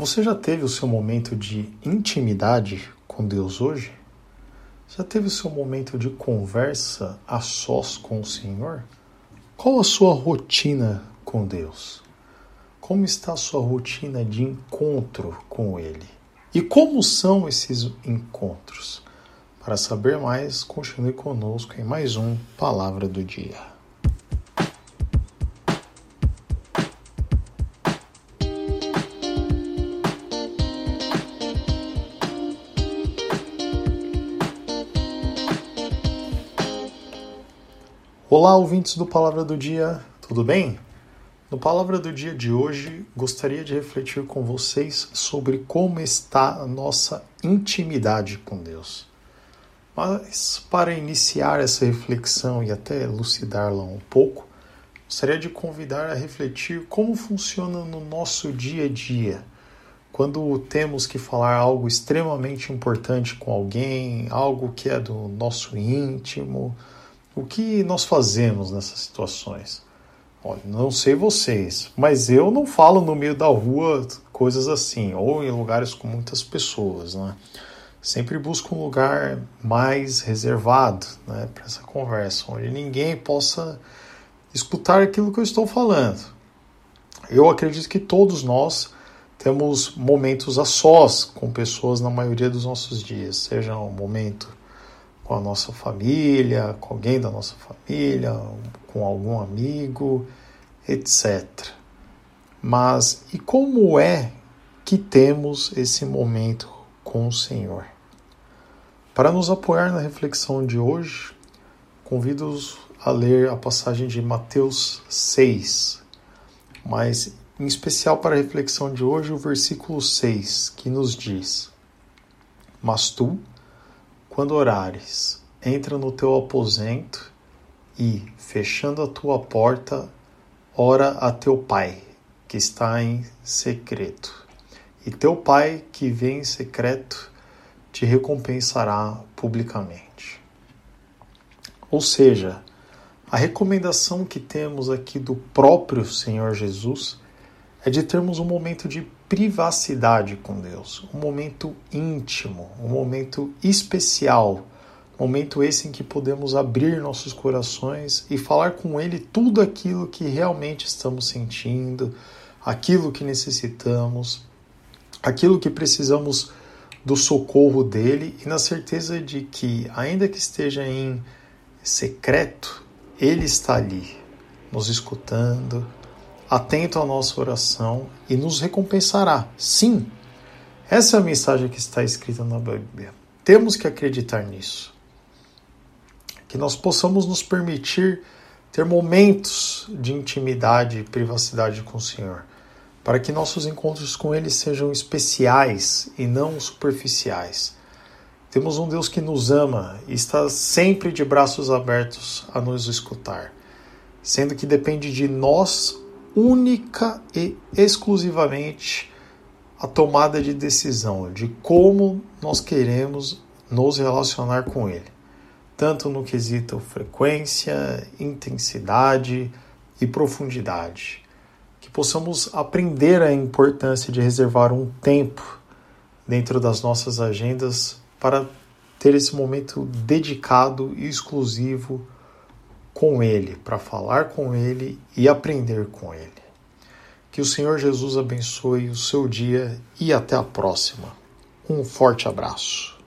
Você já teve o seu momento de intimidade com Deus hoje? Já teve o seu momento de conversa a sós com o Senhor? Qual a sua rotina com Deus? Como está a sua rotina de encontro com Ele? E como são esses encontros? Para saber mais, continue conosco em mais um Palavra do Dia. Olá, ouvintes do Palavra do Dia, tudo bem? No Palavra do Dia de hoje, gostaria de refletir com vocês sobre como está a nossa intimidade com Deus. Mas, para iniciar essa reflexão e até elucidá-la um pouco, gostaria de convidar a refletir como funciona no nosso dia a dia, quando temos que falar algo extremamente importante com alguém, algo que é do nosso íntimo. O que nós fazemos nessas situações? Olha, não sei vocês, mas eu não falo no meio da rua coisas assim, ou em lugares com muitas pessoas, né? Sempre busco um lugar mais reservado, né, para essa conversa, onde ninguém possa escutar aquilo que eu estou falando. Eu acredito que todos nós temos momentos a sós com pessoas na maioria dos nossos dias, seja um momento com a nossa família, com alguém da nossa família, com algum amigo, etc. Mas e como é que temos esse momento com o Senhor? Para nos apoiar na reflexão de hoje, convido-os a ler a passagem de Mateus 6, mas em especial para a reflexão de hoje o versículo 6, que nos diz: Mas tu, quando orares, entra no teu aposento e, fechando a tua porta, ora a teu Pai, que está em secreto. E teu Pai, que vê em secreto, te recompensará publicamente. Ou seja, a recomendação que temos aqui do próprio Senhor Jesus é de termos um momento de privacidade com Deus, um momento íntimo, um momento especial, um momento esse em que podemos abrir nossos corações e falar com Ele tudo aquilo que realmente estamos sentindo, aquilo que necessitamos, aquilo que precisamos do socorro dEle e na certeza de que, ainda que esteja em secreto, Ele está ali, nos escutando, atento à nossa oração e nos recompensará. Sim, essa é a mensagem que está escrita na Bíblia. Temos que acreditar nisso. Que nós possamos nos permitir ter momentos de intimidade e privacidade com o Senhor, para que nossos encontros com Ele sejam especiais e não superficiais. Temos um Deus que nos ama e está sempre de braços abertos a nos escutar, sendo que depende de nós única e exclusivamente a tomada de decisão de como nós queremos nos relacionar com Ele, tanto no quesito frequência, intensidade e profundidade. Que possamos aprender a importância de reservar um tempo dentro das nossas agendas para ter esse momento dedicado e exclusivo com Ele, para falar com Ele e aprender com Ele. Que o Senhor Jesus abençoe o seu dia e até a próxima. Um forte abraço.